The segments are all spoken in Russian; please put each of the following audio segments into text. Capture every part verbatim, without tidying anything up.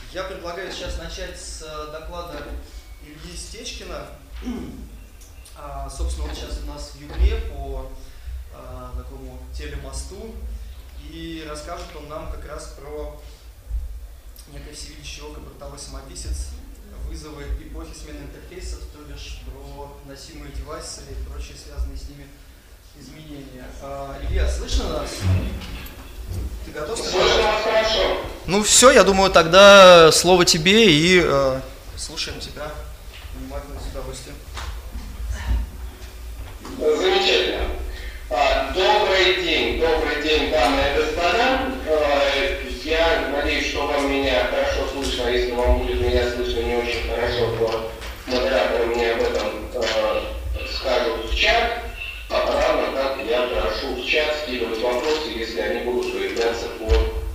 Я предлагаю сейчас начать с доклада Ильи Стечкина. А, собственно, он сейчас у нас в Югре по а, такому телемосту, и расскажет он нам как раз про некое всевидящее око, бортовой самописец, вызовы эпохи смены интерфейсов, то бишь про носимые девайсы и прочие связанные с ними изменения. А, Илья, слышно нас? Ты готов? Слышно вас хорошо. Ну все, я думаю, тогда слово тебе и э, слушаем тебя внимательно, с удовольствием. Замечательно. Добрый день, добрый день, дамы и господа. Я надеюсь, что вам меня хорошо слышно. Если вам будет меня слышно не очень хорошо, то модераторы мне об этом скажут в чат. Равно как я прошу в чат скидывать вопросы, если они будут появляться по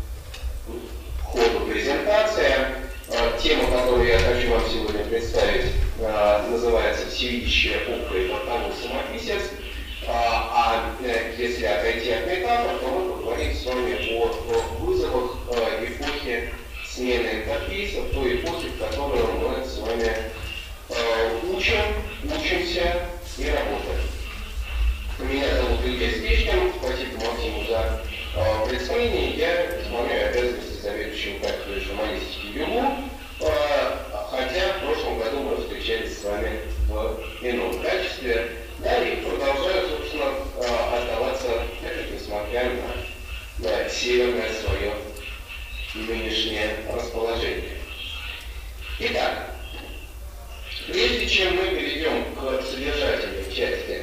ходу презентации. Тема, которую я хочу вам сегодня представить, называется «Всевидящее око и бортовой самописец». А если отойти от метафор, то мы поговорим с вами о вызовах эпохи смены интерфейсов, той эпохи, в которой мы с вами учим, учимся и работаем. Меня зовут Илья Стечкин, спасибо Максиму за э, представление. Я исполняю обязанности заведующего кафедрой журналистики ЮГУ, э, хотя в прошлом году мы встречались с вами в ином качестве, да, и продолжаю, собственно, э, оставаться, даже несмотря на, на северное свое нынешнее расположение. Итак, прежде чем мы перейдем к содержательной части,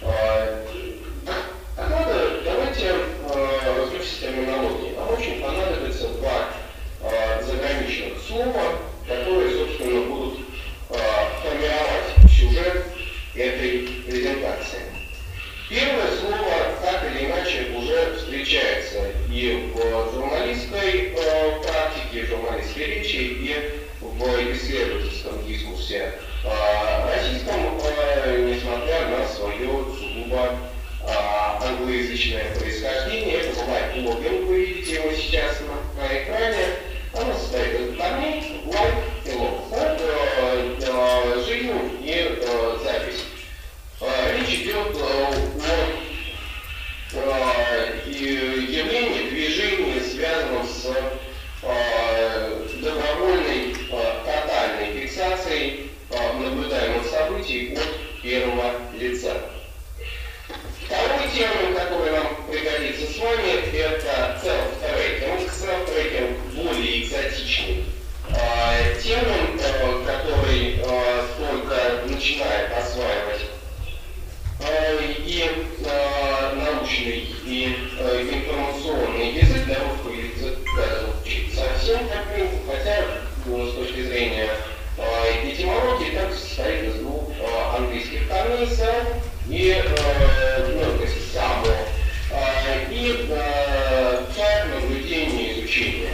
А надо, давайте э, разберемся с терминологией. Нам очень понадобится два э, заграничных слова, которые, собственно, будут э, формировать сюжет этой презентации. Первое слово так или иначе уже встречается и в журналистской э, практике, в журналистской речи, и в исследовательском дискурсе э, российском, э, несмотря на свое сугубо англоязычное происхождение. Это бывает логин, вы видите его сейчас на, на экране. Оно состоит из корней, life и log, да, э, жизнь и э, запись. Э, речь идет о, о явлении, движении, связанном с э, добровольной, э, тотальной фиксацией э, наблюдаемых событий от первого лица. Второй термин, который нам пригодится с вами, это self-tracking. Self-tracking более экзотичный э, термин, э, который э, только начинает осваивать э, и э, научный, и э, информационный язык. Для русского языка звучит совсем как минимум, хотя ну, с точки зрения э, этимологии так состоит из двух э, английских корней self и э, ну, то есть само, э, и э, track, наблюдение, изучение.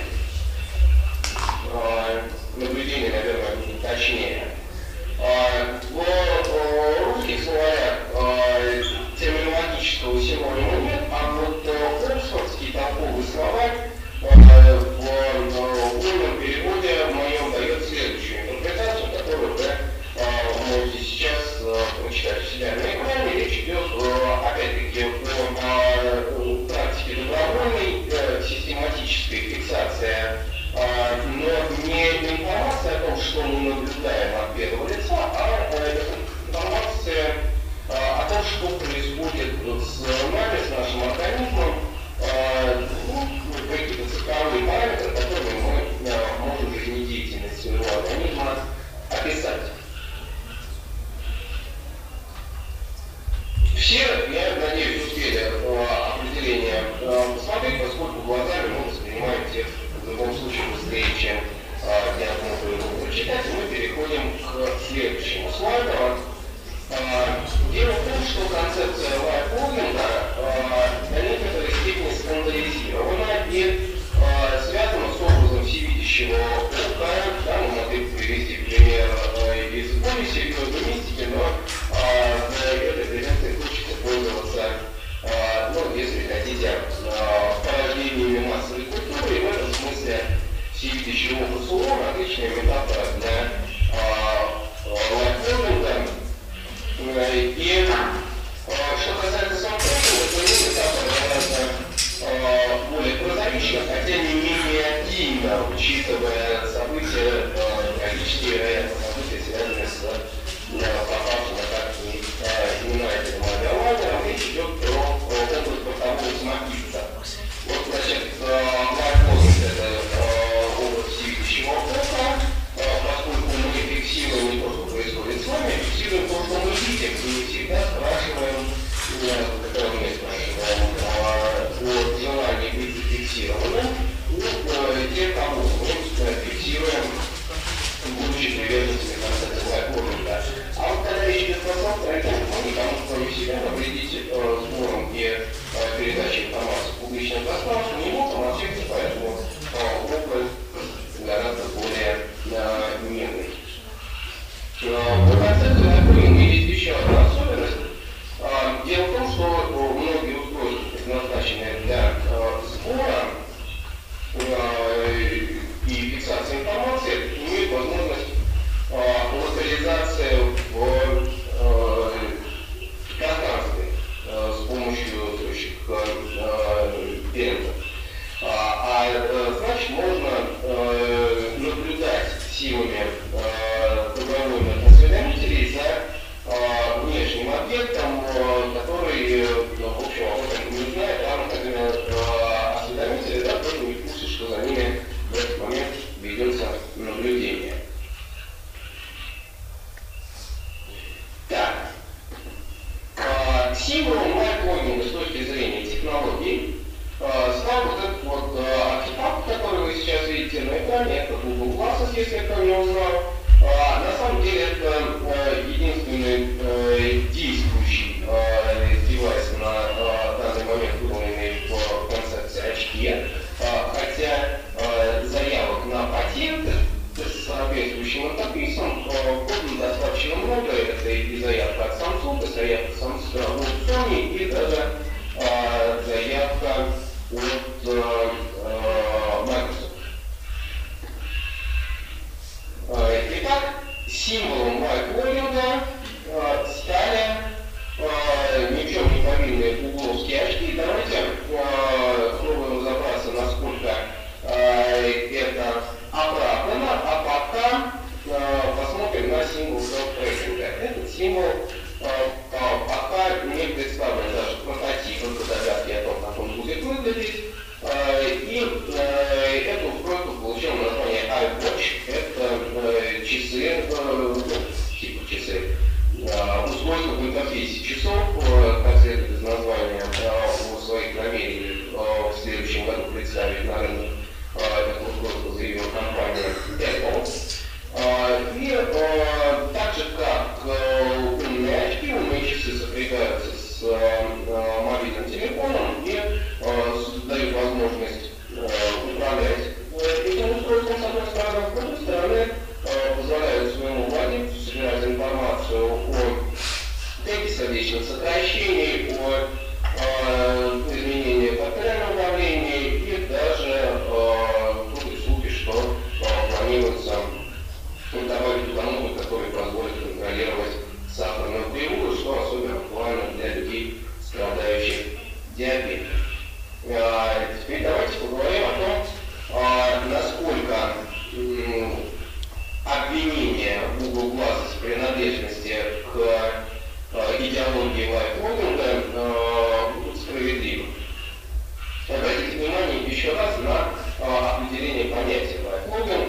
Э, наблюдение, наверное, будет точнее. Э, в э, русских словарях э, терминологического синонима нет, а вот э, оксфордский толковый словарь э, в вольном переводе моем дает следующую интерпретацию, которую вы э, можете сейчас э, прочитать у себя на экране. Речь идет, опять-таки, о практике добровольной, систематической фиксации, но не информация о том, что мы наблюдаем от первого лица, а информация о том, что происходит с нами, с нашим организмом, ну, какие-то цифровые параметры, которые мы можем жизнедеятельность своего организма описать. Все, я надеюсь, успели э, определение э, посмотреть, поскольку глазами мы воспринимаем текст в любом случае быстрее, чем э, я могу его прочитать. И мы переходим к следующему слайду. Э, дело в том, что концепция лайфлогинга э, до некоторой степени стандартизирована и э, связана с образом всевидящего ока. Да, мы могли привести пример э, из повести, из мистики, но э, для этой презентации хочется пользоваться, э, ну, если хотите, э, порождениями массовой культуры, и в этом смысле всевидящее пищевого рациона, отличная метафора для лайфхолдинга. И что касается самоконтроля, то его метафора гораздо более прозаична, хотя не менее активна, учитывая события, трагические, вероятно, события, связанные с попавшим на карту имена этого авиалайнера. Речь идет про опыт бортового самописца. Вот, значит, лайфхолдинг — это опыт всевидящего ока, поскольку мы фиксируем не то, что происходит с вами, а фиксируем то, что мы видим, и не всегда спрашиваем, когда мы спрашиваем о желании быть зафиксированным, у тех, кого мы фиксируем, будучи приверженцами концепции лайфхолдинга. А вот когда речь идет про софт-трекинг, мы никому, кроме себя, навредить сбором и передачей информации в публичном пространстве не можем, а все, поэтому опыт гораздо более мирный. В концепции лайфхолдинга есть еще одна особенность. Дело в том, что многие устройства, предназначенные для сбора и фиксации информации, имеют возможность локализации в пространстве с помощью пентов. А значит, можно наблюдать силами добровольных осведомителей за внешним объектом, который, в общем, об этом не знает, а осведомители, да, тоже не в курсе, что за ними в этот момент ведется наблюдение. Так, символом лайфхолдинга с точки зрения технологий стал вот этот вот артефакт, который вы сейчас видите на экране. Это Google Glasses, если кто не узнал. На самом деле это единственный действующий девайс на данный момент, выполненный в концепции очки. Хотя заявок на патенты с соответствующим интерфейсом подано достаточно много. Это и заявка от Samsung, и заявка от Sony, и даже заявка от Microsoft. Итак, символом лайфхолдинга стали ни в чем не повинные гугловские очки. Давайте попробуем разобраться, насколько это оправдано, а пока посмотрим на символ селф-трекинга. Этот символ пока не представлен даже прототипом, догадки о том, как он будет выглядеть. И это устройство получило название iWatch. Это часы, типа часы, устройство в интерфейсе часов, как следует из названия, у своих намерений в следующем году представить на рынок. Это устройство заявила компания Apple. И так же, как умные очки, умные часы сопрягаются с мобильным телефоном и дают возможность управлять этим устройством, с одной стороны, с другой стороны, позволяют своему владельцу собирать информацию о темпе сердечных сокращений, о изменениях артериального давления и даже были слухи, что планируется добавить туда новый, который позволит контролировать сахарную кривую, что особенно актуально для людей, страдающих диабетом. Теперь давайте поговорим о том, насколько обвинение Google Glasses в принадлежности к идеологии лайфхолдинга справедливо. Обратите внимание еще раз на определение понятия лайфхолдинг.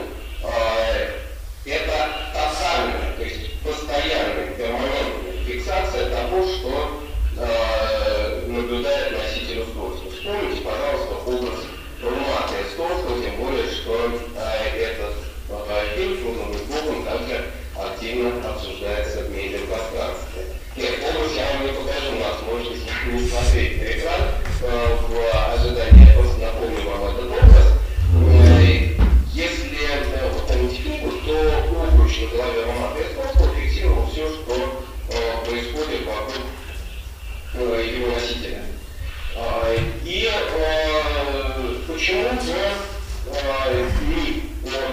Это тотальная, то есть постоянная, перманентная фиксация того, что э, наблюдает носитель устройства. Вспомните, пожалуйста, образ Румата Эстонского, тем более, что э, этот э, фильм «Трудно быть Богом» также активно обсуждается в медиапространстве. Нет, образ я вам не покажу, у нас можете не смотреть на экран э, в ожидании, я просто напомню вам этот образ. Э, если э, вот помните книгу, то обруч на голове Румата Эстонского фиксировал все, что э, происходит вокруг э, его носителя. Э, и э, почему же э, миф о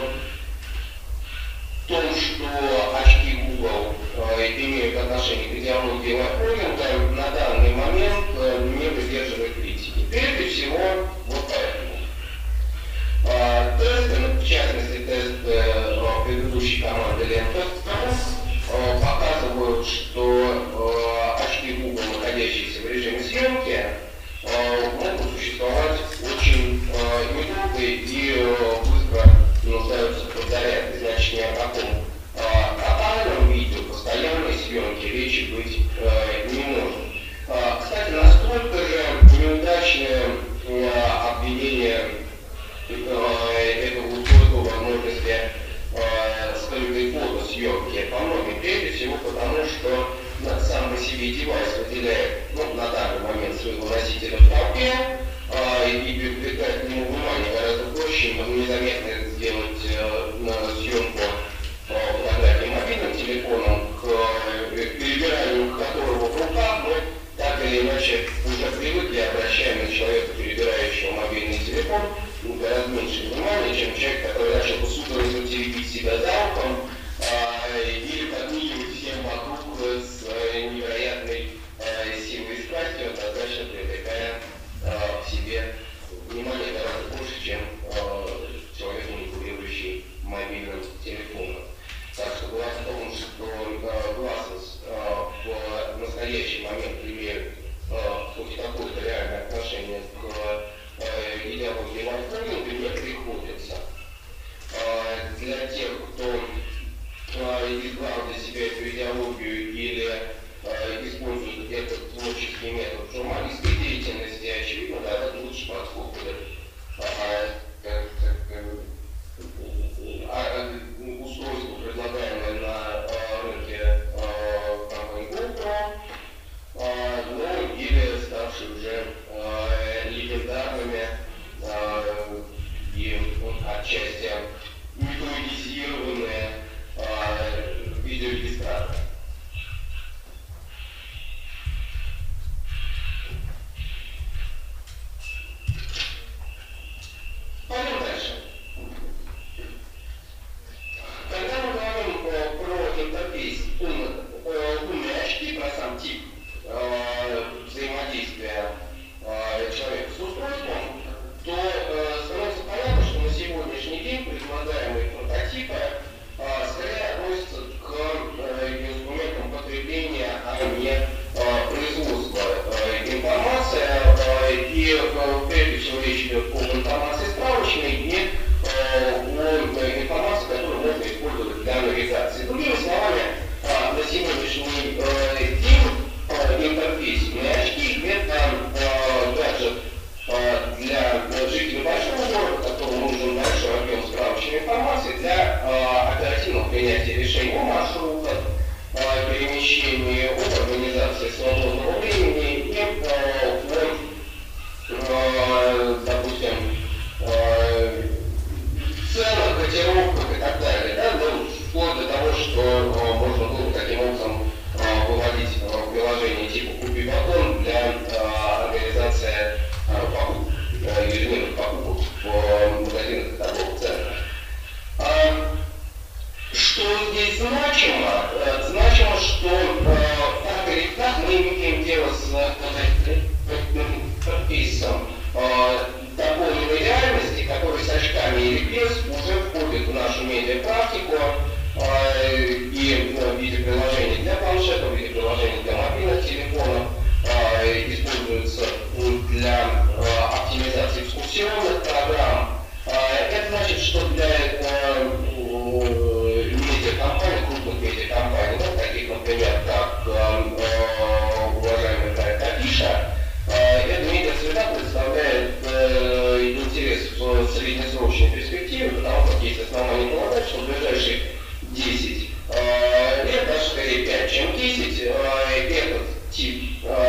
идеологии лайфхолдинга на данный момент не выдерживает критики. Прежде всего, вот поэтому. Тесты, ну, в частности, тесты предыдущей команды Ленфест, показывают, что очки Google, находящиеся в режиме съемки, могут существовать очень недолго и быстро нуждаются в подзарядке. Значит, ни о каком тотальном видео, постоянной съемки речи быть не может. Кстати, настолько же неудачное обвинение этого устройства возможности скрытой фотосъемки по многим, прежде всего потому, что сам по себе девайс выделяет, ну, на данный момент своего носителя в толпе, и привлекает к нему внимание гораздо проще, незаметно это сделать съемку фотографии мобильным телефоном, к перебиранию которого в руках мы так или иначе уже привыкли, обращаем на человека, перебирающего мобильный телефон, ну, гораздо меньше внимания, чем человек, который начал бы судорожно теребить себя за ухом или подмигивать всем вокруг с невероятной силой и страстью, однозначно привлекая к себе внимание гораздо больше, чем человек, манипулирующий мобильным телефоном. Так что глаз в том, что гласность в настоящий момент имеют хоть какое-то реальное отношение к идеологии лайфхолдинга, не приходится. Для тех, кто избрал для себя эту идеологию или использует этот творческий метод в журналистской деятельности, очевидно, да, это лучше подход будет устройство, предлагаемое на рынке компании GoPro, ну или ставшие уже легендарными и отчасти мифологизированные видеорегистраторы. Пойдем дальше. Когда мы говорим про интерфейс умные очки, про сам тип взаимодействия человека с устройством, то становится понятно, что на сегодняшний день предлагаемые прототипы скорее относятся к инструментам потребления, а не производства информации. И прежде всего речь идет об информации справочной и о информации, которую можно использовать для навигации. Другими словами, на сегодняшний день интерфейс умные очки — это гаджет для жителей большого города, которому нужен большой объем справочной информации для оперативного принятия решений о маршрутах, перемещении, об организации свободного времени и о, допустим, ценах, котировках и так далее. Да? Ну, вплоть до того, что можно было таким образом выводить в приложение типа «Купи батон» для организации покупок, ежедневных покупок в магазинах и торговых центрах. Что здесь значимо? Значимо, что так или так мы имеем дело с интерфейсом дополненной реальности, который с очками или без уже входит в нашу медиапрактику и в виде приложений для планшетов, в виде приложений для мобильных телефонов, используется для оптимизации экскурсионных программ. Это значит, что для медиакомпаний, крупных медиакомпаний, ну, таких, например, как уважаемый проект Афиша, эта медиасреда представляет интерес в среднесрочной перспективе, потому что есть основания полагать, что в ближайшие десять лет, даже скорее пять, чем десять, этот тип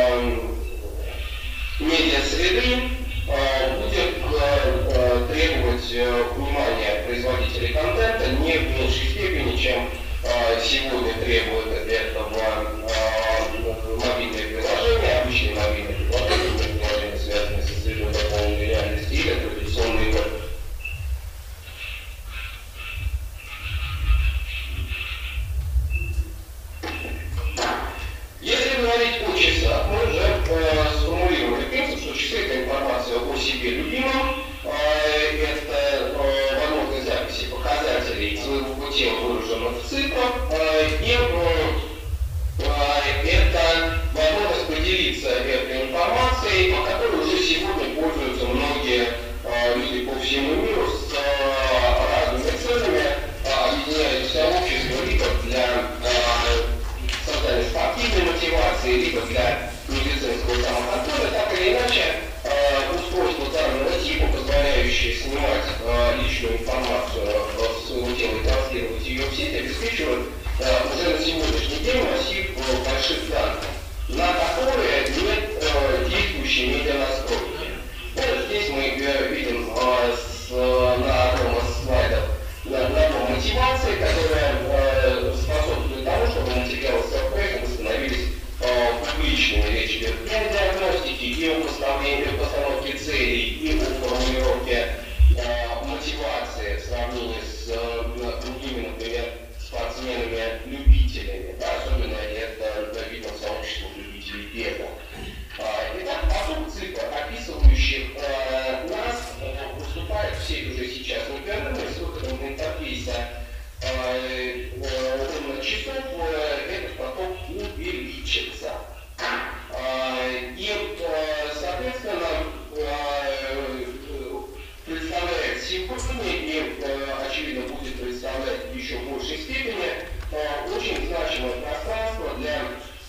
медиасреды будет требовать внимания производителей контента не в меньшей степени, чем сегодня требует этого мобильные приложения, обычные мобильные приложения, приложения, связанные со средой дополненной реальности или традиционные игры. Если показателей своего тела, выраженных в цифрах, и это возможность поделиться этой информацией, которой уже сегодня пользуются многие люди по всему миру с разными целями, объединяясь в сообщество либо для создания спортивной мотивации, либо для медицинского самоконтроля, так или иначе устройство данного типа, позволяющее снимать личную информацию с своего тела и транслировать ее в сеть, обеспечивает уже на сегодняшний день массив больших данных, на которые нет действующей медианастройки. Вот здесь мы видим с, на одном из слайдов набор мотивации, которая способствует тому, чтобы материалы селф-трекинга становились публичными. Речь идет и о диагностике, и о постановлении, постановке целей, и о формулировке мотивации в сравнении с другими, например, спортсменами-любителями. Да, особенно это видно в сообществе любителей бега. Итак, вокруг цифр, описывающих э, нас, э, выступает в сеть уже сейчас непрерывно с выходом интерфейса э, э, часов, э, этот поток увеличится. Э, и, э, соответственно, э, представляет сегодня и, э, очевидно, будет представлять в еще большей степени э, очень значимое пространство для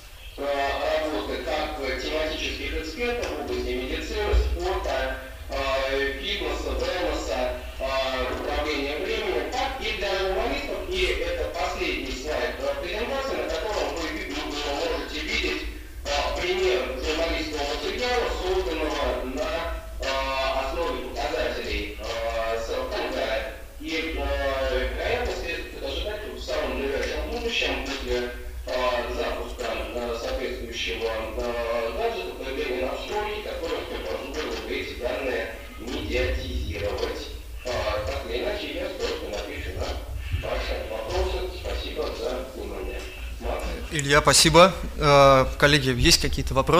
работы как тематических экспертов в области медицины, спорта, фитнеса, wellness, управления временем, так и для журналистов. И это последний слайд презентации, на котором вы можете видеть пример журналистского материала, созданного на основе показателей селф-трекинга. И вероятно, следует ожидать в самом ближайшем будущем, после запуска соответствующего гаджета, появления настройки, которая позволила бы эти данные медиатизировать. Так или иначе, я с удовольствием отвечу на ваши вопросы. Спасибо за внимание. Илья, спасибо. Коллеги, есть какие-то вопросы?